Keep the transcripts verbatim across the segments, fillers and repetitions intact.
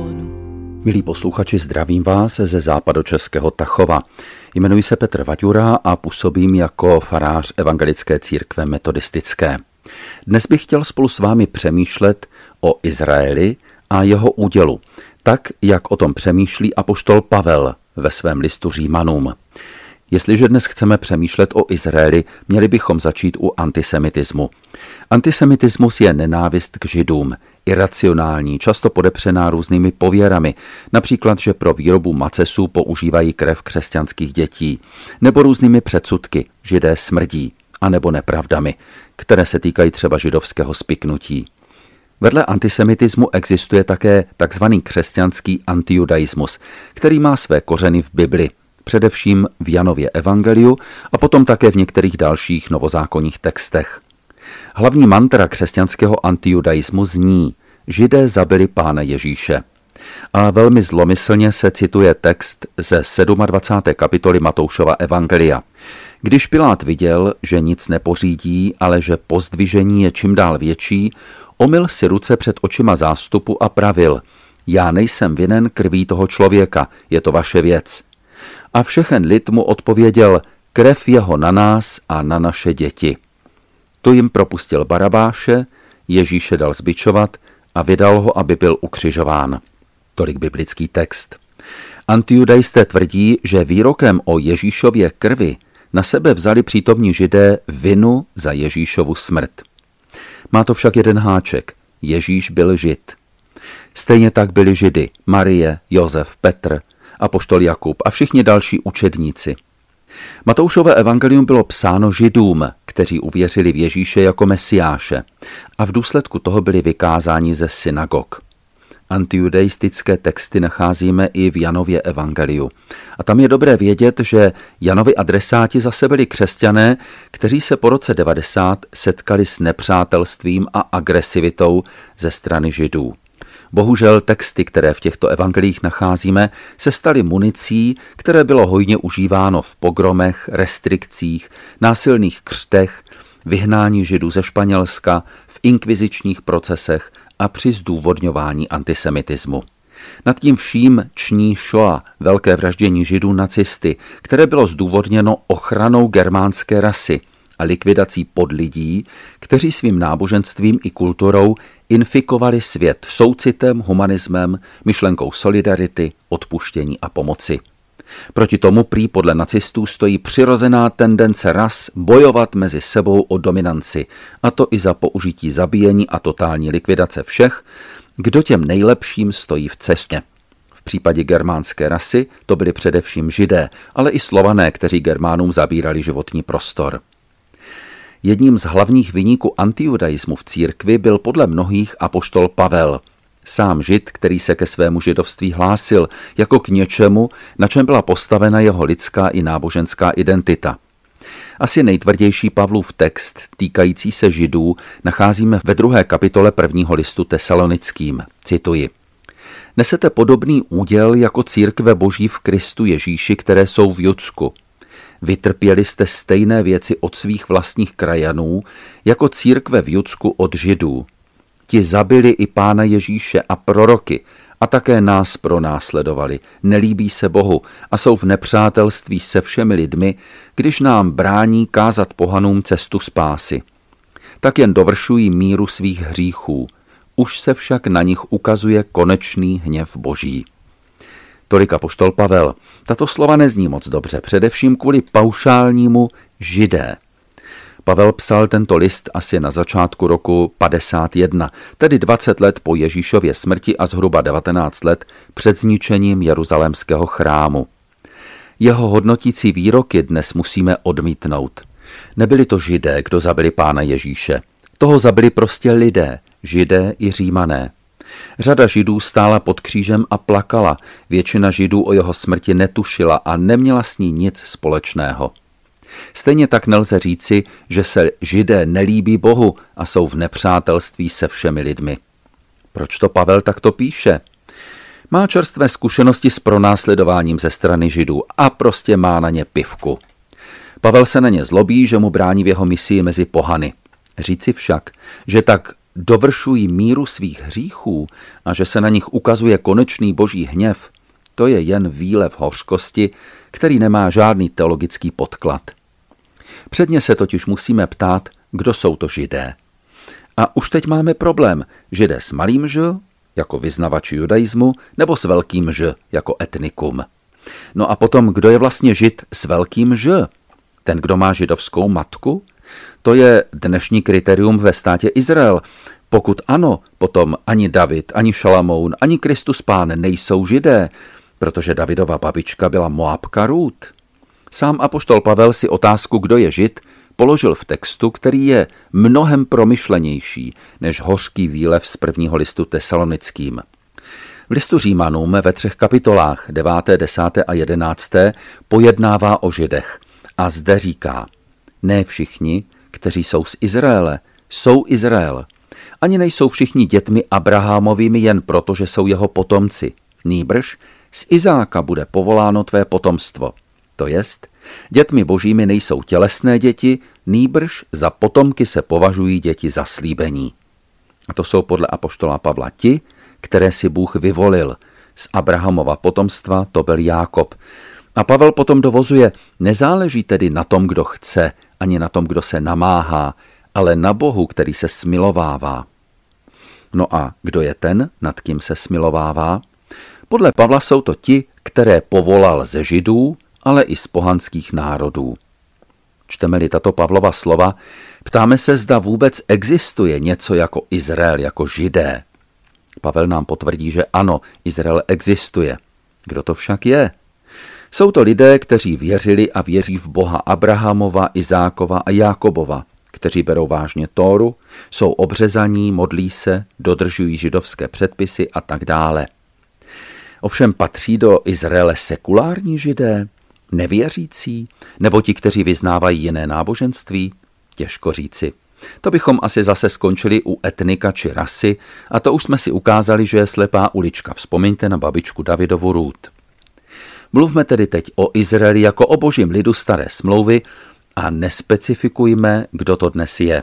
mikrofonu. Milí posluchači, zdravím vás ze západočeského Tachova. Jmenuji se Petr Vaďura a působím jako farář Evangelické církve metodistické. Dnes bych chtěl spolu s vámi přemýšlet o Izraeli a jeho údělu, tak, jak o tom přemýšlí apoštol Pavel ve svém listu Římanům. Jestliže dnes chceme přemýšlet o Izraeli, měli bychom začít u antisemitismu. Antisemitismus je nenávist k Židům, iracionální, často podepřená různými pověrami, například, že pro výrobu macesů používají krev křesťanských dětí, nebo různými předsudky, Židé smrdí, anebo nepravdami, které se týkají třeba židovského spiknutí. Vedle antisemitismu existuje také takzvaný křesťanský antijudaismus, který má své kořeny v Bibli, především v Janově evangeliu a potom také v některých dalších novozákonních textech. Hlavní mantra křesťanského antijudaismu zní: Židé zabili Pána Ježíše. A velmi zlomyslně se cituje text ze dvacáté sedmé kapitoly Matoušova evangelia. Když Pilát viděl, že nic nepořídí, ale že pozdvižení je čím dál větší, omyl si ruce před očima zástupu a pravil: Já nejsem vinen krví toho člověka, je to vaše věc. A všechen lid mu odpověděl: Krev jeho na nás a na naše děti. Tu jim propustil Barabáše, Ježíše dal zbičovat a vydal ho, aby byl ukřižován. Tolik biblický text. Antijudajisté tvrdí, že výrokem o Ježíšově krvi na sebe vzali přítomní Židé vinu za Ježíšovu smrt. Má to však jeden háček. Ježíš byl Žid. Stejně tak byli Židy Marie, Josef, Petr, apoštol Jakub a všichni další učedníci. Matoušové evangelium bylo psáno Židům, kteří uvěřili v Ježíše jako Mesiáše, a v důsledku toho byli vykázáni ze synagog. Antijudaistické texty nacházíme i v Janově evangeliu. A tam je dobré vědět, že Janovi adresáti zase byli křesťané, kteří se po roce devadesát setkali s nepřátelstvím a agresivitou ze strany Židů. Bohužel texty, které v těchto evangelích nacházíme, se staly municí, které bylo hojně užíváno v pogromech, restrikcích, násilných křtech, vyhnání Židů ze Španělska, v inkvizičních procesech a při zdůvodňování antisemitismu. Nad tím vším ční Shoa, velké vraždění Židů nacisty, které bylo zdůvodněno ochranou germánské rasy a likvidací podlidí, kteří svým náboženstvím i kulturou infikovali svět soucitem, humanismem, myšlenkou solidarity, odpuštění a pomoci. Proti tomu prý podle nacistů stojí přirozená tendence ras bojovat mezi sebou o dominanci, a to i za použití zabíjení a totální likvidace všech, kdo těm nejlepším stojí v cestě. V případě germánské rasy to byli především Židé, ale i Slované, kteří Germánům zabírali životní prostor. Jedním z hlavních viníků antijudaismu v církvi byl podle mnohých apoštol Pavel, sám Žid, který se ke svému židovství hlásil jako k něčemu, na čem byla postavena jeho lidská i náboženská identita. Asi nejtvrdější Pavlův text týkající se Židů nacházíme ve druhé kapitole prvního listu Tesalonickým. Cituji: Nesete podobný úděl jako církve Boží v Kristu Ježíši, které jsou v Judsku. Vytrpěli jste stejné věci od svých vlastních krajanů, jako církve v Judsku od Židů. Ti zabili i Pána Ježíše a proroky a také nás pronásledovali, nelíbí se Bohu a jsou v nepřátelství se všemi lidmi, když nám brání kázat pohanům cestu spásy. Tak jen dovršují míru svých hříchů, už se však na nich ukazuje konečný hněv Boží. Tolik apoštol Pavel. Tato slova nezní moc dobře, především kvůli paušálnímu Židé. Pavel psal tento list asi na začátku roku padesát jedna, tedy dvacet let po Ježíšově smrti a zhruba devatenáct let před zničením jeruzalémského chrámu. Jeho hodnotící výroky dnes musíme odmítnout. Nebyli to Židé, kdo zabili Pána Ježíše. Toho zabili prostě lidé, Židé i Římané. Řada Židů stála pod křížem a plakala, většina Židů o jeho smrti netušila a neměla s ní nic společného. Stejně tak nelze říci, že se Židé nelíbí Bohu a jsou v nepřátelství se všemi lidmi. Proč to Pavel takto píše? Má čerstvé zkušenosti s pronásledováním ze strany Židů a prostě má na ně pivku. Pavel se na ně zlobí, že mu brání v jeho misii mezi pohany. Říci však, že tak dovršují míru svých hříchů a že se na nich ukazuje konečný boží hněv, to je jen výlev hořkosti, který nemá žádný teologický podklad. Předně se totiž musíme ptát, kdo jsou to Židé. A už teď máme problém, Židé s malým ž, jako vyznavači judaismu, nebo s velkým ž, jako etnikum. No a potom, kdo je vlastně Žid s velkým ž? Ten, kdo má židovskou matku? To je dnešní kritérium ve státě Izrael. Pokud ano, potom ani David, ani Šalamoun, ani Kristus Pán nejsou Židé, protože Davidova babička byla Moabka Rút. Sám apoštol Pavel si otázku, kdo je Žid, položil v textu, který je mnohem promyšlenější než hořký výlev z prvního listu Tesalonickým. V listu Římanům ve třech kapitolách, deváté, desáté a jedenácté, pojednává o Židech a zde říká: ne všichni, kteří jsou z Izraele, jsou Izrael. Ani nejsou všichni dětmi Abrahamovými jen proto, že jsou jeho potomci. Nýbrž z Izáka bude povoláno tvé potomstvo. To jest, dětmi božími nejsou tělesné děti, nýbrž za potomky se považují děti zaslíbení. A to jsou podle apoštola Pavla ti, které si Bůh vyvolil. Z Abrahamova potomstva to byl Jákob. A Pavel potom dovozuje, nezáleží tedy na tom, kdo chce, ani na tom, kdo se namáhá, ale na Bohu, který se smilovává. No a kdo je ten, nad kým se smilovává? Podle Pavla jsou to ti, které povolal ze Židů, ale i z pohanských národů. Čteme-li tato Pavlova slova, ptáme se, zda vůbec existuje něco jako Izrael, jako Židé. Pavel nám potvrdí, že ano, Izrael existuje. Kdo to však je? Jsou to lidé, kteří věřili a věří v Boha Abrahamova, Izákova a Jákobova, kteří berou vážně Tóru, jsou obřezaní, modlí se, dodržují židovské předpisy a tak dále. Ovšem patří do Izraele sekulární Židé, nevěřící, nebo ti, kteří vyznávají jiné náboženství? Těžko říci. To bychom asi zase skončili u etnika či rasy a to už jsme si ukázali, že je slepá ulička. Vzpomeňte na babičku Davidovu Rút. Mluvme tedy teď o Izraeli jako o božím lidu staré smlouvy a nespecifikujme, kdo to dnes je.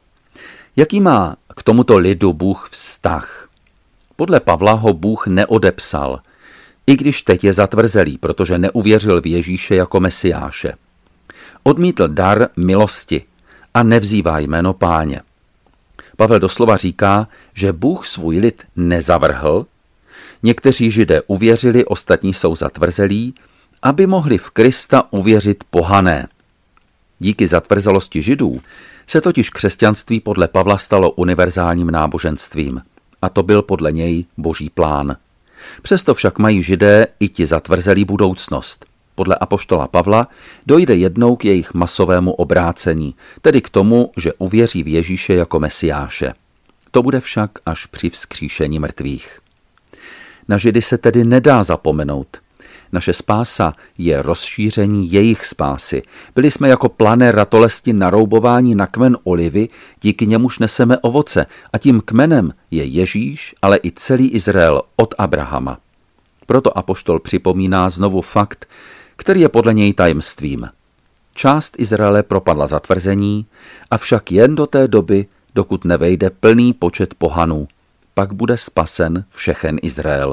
Jaký má k tomuto lidu Bůh vztah? Podle Pavla ho Bůh neodepsal, i když teď je zatvrzelý, protože neuvěřil v Ježíše jako Mesiáše. Odmítl dar milosti a nevzývá jméno Páně. Pavel doslova říká, že Bůh svůj lid nezavrhl, někteří Židé uvěřili, ostatní jsou zatvrzelí, aby mohli v Krista uvěřit pohané. Díky zatvrzelosti Židů se totiž křesťanství podle Pavla stalo univerzálním náboženstvím. A to byl podle něj boží plán. Přesto však mají Židé i ti zatvrzelí budoucnost. Podle apoštola Pavla dojde jednou k jejich masovému obrácení, tedy k tomu, že uvěří v Ježíše jako Mesiáše. To bude však až při vzkříšení mrtvých. Na Židy se tedy nedá zapomenout. Naše spása je rozšíření jejich spásy. Byli jsme jako plané ratolesti naroubováni na kmen olivy, díky němuž neseme ovoce a tím kmenem je Ježíš, ale i celý Izrael od Abrahama. Proto apoštol připomíná znovu fakt, který je podle něj tajemstvím. Část Izraele propadla zatvrzení, avšak jen do té doby, dokud nevejde plný počet pohanů. Pak bude spasen všechen Izrael.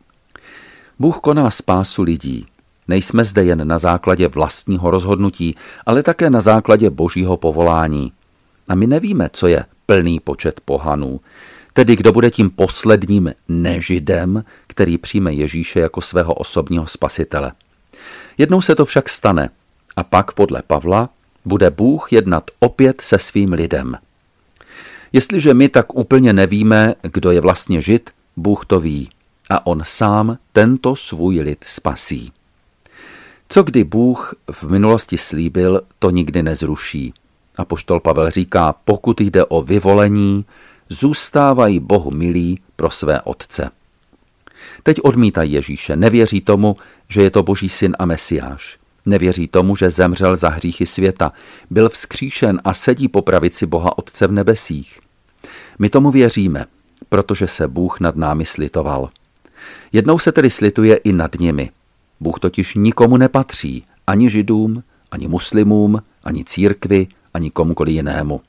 Bůh koná spásu lidí. Nejsme zde jen na základě vlastního rozhodnutí, ale také na základě božího povolání. A my nevíme, co je plný počet pohanů, tedy kdo bude tím posledním nežidem, který přijme Ježíše jako svého osobního spasitele. Jednou se to však stane a pak podle Pavla bude Bůh jednat opět se svým lidem. Jestliže my tak úplně nevíme, kdo je vlastně Žid, Bůh to ví a on sám tento svůj lid spasí. Co kdy Bůh v minulosti slíbil, to nikdy nezruší. Apoštol Pavel říká, pokud jde o vyvolení, zůstávají Bohu milí pro své otce. Teď odmítají Ježíše, nevěří tomu, že je to Boží syn a Mesiáš. Nevěří tomu, že zemřel za hříchy světa, byl vzkříšen a sedí po pravici Boha Otce v nebesích. My tomu věříme, protože se Bůh nad námi slitoval. Jednou se tedy slituje i nad nimi. Bůh totiž nikomu nepatří, ani Židům, ani muslimům, ani církvi, ani komukoli jinému.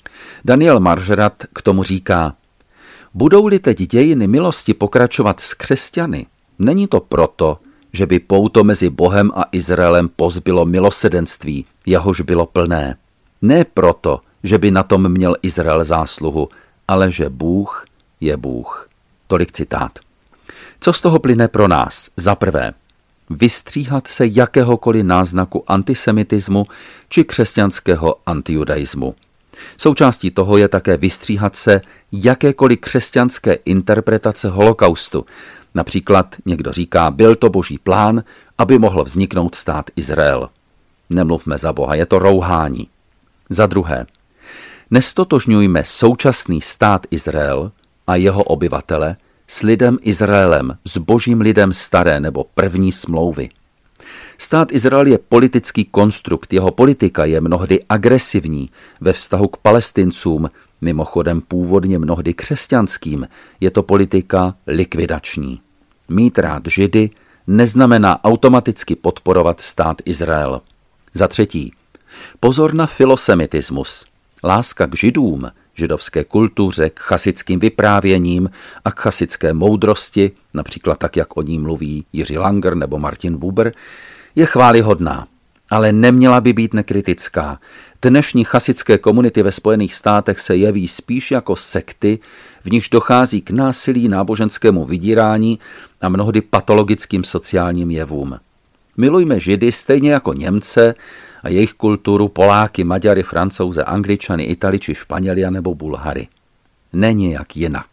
Daniel Maržerat k tomu říká: budou-li teď dějiny milosti pokračovat s křesťany, není to proto, že by pouto mezi Bohem a Izraelem pozbylo milosedenství, jehož bylo plné. Ne proto, že by na tom měl Izrael zásluhu, ale že Bůh je Bůh. Tolik citát. Co z toho plyne pro nás? Za prvé, vystříhat se jakéhokoliv náznaku antisemitismu či křesťanského antijudaismu. Součástí toho je také vystříhat se jakékoliv křesťanské interpretace holokaustu. Například někdo říká, byl to boží plán, aby mohl vzniknout stát Izrael. Nemluvme za Boha, je to rouhání. Za druhé, nestotožňujme současný stát Izrael a jeho obyvatele s lidem Izraelem, s božím lidem staré nebo první smlouvy. Stát Izrael je politický konstrukt, jeho politika je mnohdy agresivní ve vztahu k Palestincům, mimochodem původně mnohdy křesťanským, je to politika likvidační. Mít rád Židy neznamená automaticky podporovat stát Izrael. Za třetí, pozor na filosemitismus. Láska k Židům, židovské kultuře, k chasickým vyprávěním a k chasické moudrosti, například tak, jak o ní mluví Jiří Langer nebo Martin Buber, je chvályhodná, ale neměla by být nekritická. Dnešní chasické komunity ve Spojených státech se jeví spíš jako sekty, v nichž dochází k násilí, náboženskému vydírání a mnohdy patologickým sociálním jevům. Milujme Židy stejně jako Němce a jejich kulturu, Poláky, Maďary, Francouze, Angličany, Itali či Španěli nebo Bulhary. Není jak jinak.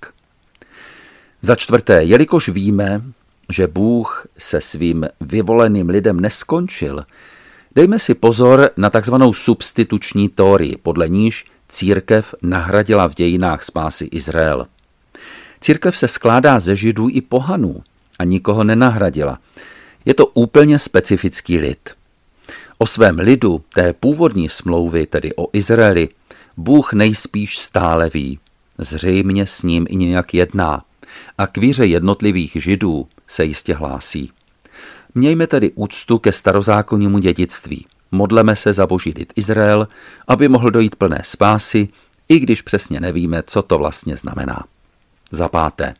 Za čtvrté, jelikož víme, že Bůh se svým vyvoleným lidem neskončil, dejme si pozor na takzvanou substituční teorii, podle níž církev nahradila v dějinách spásy Izrael. Církev se skládá ze Židů i pohanů a nikoho nenahradila. Je to úplně specifický lid. O svém lidu té původní smlouvy, tedy o Izraeli, Bůh nejspíš stále ví. Zřejmě s ním i nějak jedná a k víře jednotlivých Židů se jistě hlásí. Mějme tedy úctu ke starozákonnímu dědictví. Modleme se za boží lid Izrael, aby mohl dojít plné spásy, i když přesně nevíme, co to vlastně znamená. Za páté.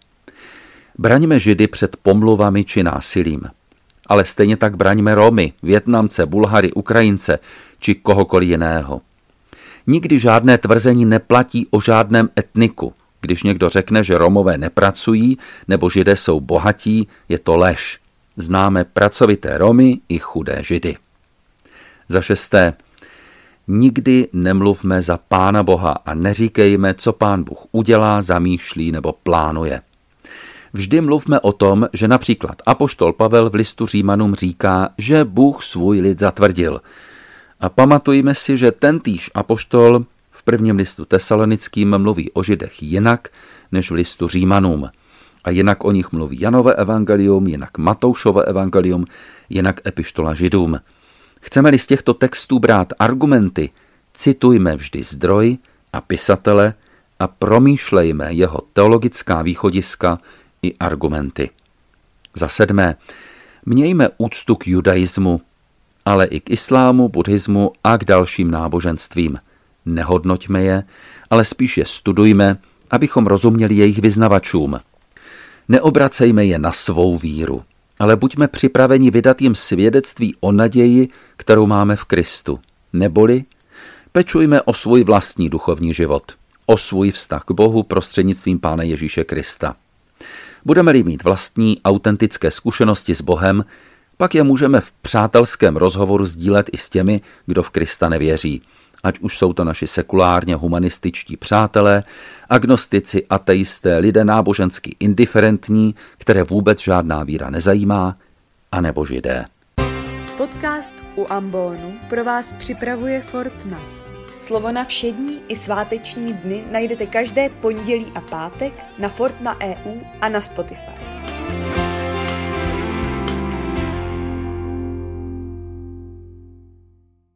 Braňme Židy před pomluvami či násilím. Ale stejně tak braňme Romy, Vietnamce, Bulhary, Ukrajince či kohokoliv jiného. Nikdy žádné tvrzení neplatí o žádném etniku. Když někdo řekne, že Romové nepracují nebo Židé jsou bohatí, je to lež. Známe pracovité Romy i chudé Židy. Za šesté. Nikdy nemluvme za Pána Boha a neříkejme, co Pán Bůh udělá, zamýšlí nebo plánuje. Vždy mluvme o tom, že například apoštol Pavel v listu Římanům říká, že Bůh svůj lid zatvrdil. A pamatujme si, že tentýž apoštol v prvním listu Tesalonickým mluví o Židech jinak, než v listu Římanům. A jinak o nich mluví Janové evangelium, jinak Matoušové evangelium, jinak epištola Židům. Chceme-li z těchto textů brát argumenty, citujme vždy zdroj a pisatele a promýšlejme jeho teologická východiska i argumenty. Za sedmé, mějme úctu k judaismu, ale i k islámu, buddhismu a k dalším náboženstvím. Nehodnoťme je, ale spíš je studujme, abychom rozuměli jejich vyznavačům. Neobracejme je na svou víru, ale buďme připraveni vydat jim svědectví o naději, kterou máme v Kristu. Neboli pečujme o svůj vlastní duchovní život, o svůj vztah k Bohu prostřednictvím Pána Ježíše Krista. Budeme-li mít vlastní autentické zkušenosti s Bohem, pak je můžeme v přátelském rozhovoru sdílet i s těmi, kdo v Krista nevěří. Ať už jsou to naši sekulárně humanističtí přátelé, agnostici, ateisté, lidé nábožensky indiferentní, které vůbec žádná víra nezajímá, anebo Židé. Podcast u ambonu pro vás připravuje Fortna. Slovo na všední i sváteční dny najdete každé pondělí a pátek na Fortna tečka e u a na Spotify.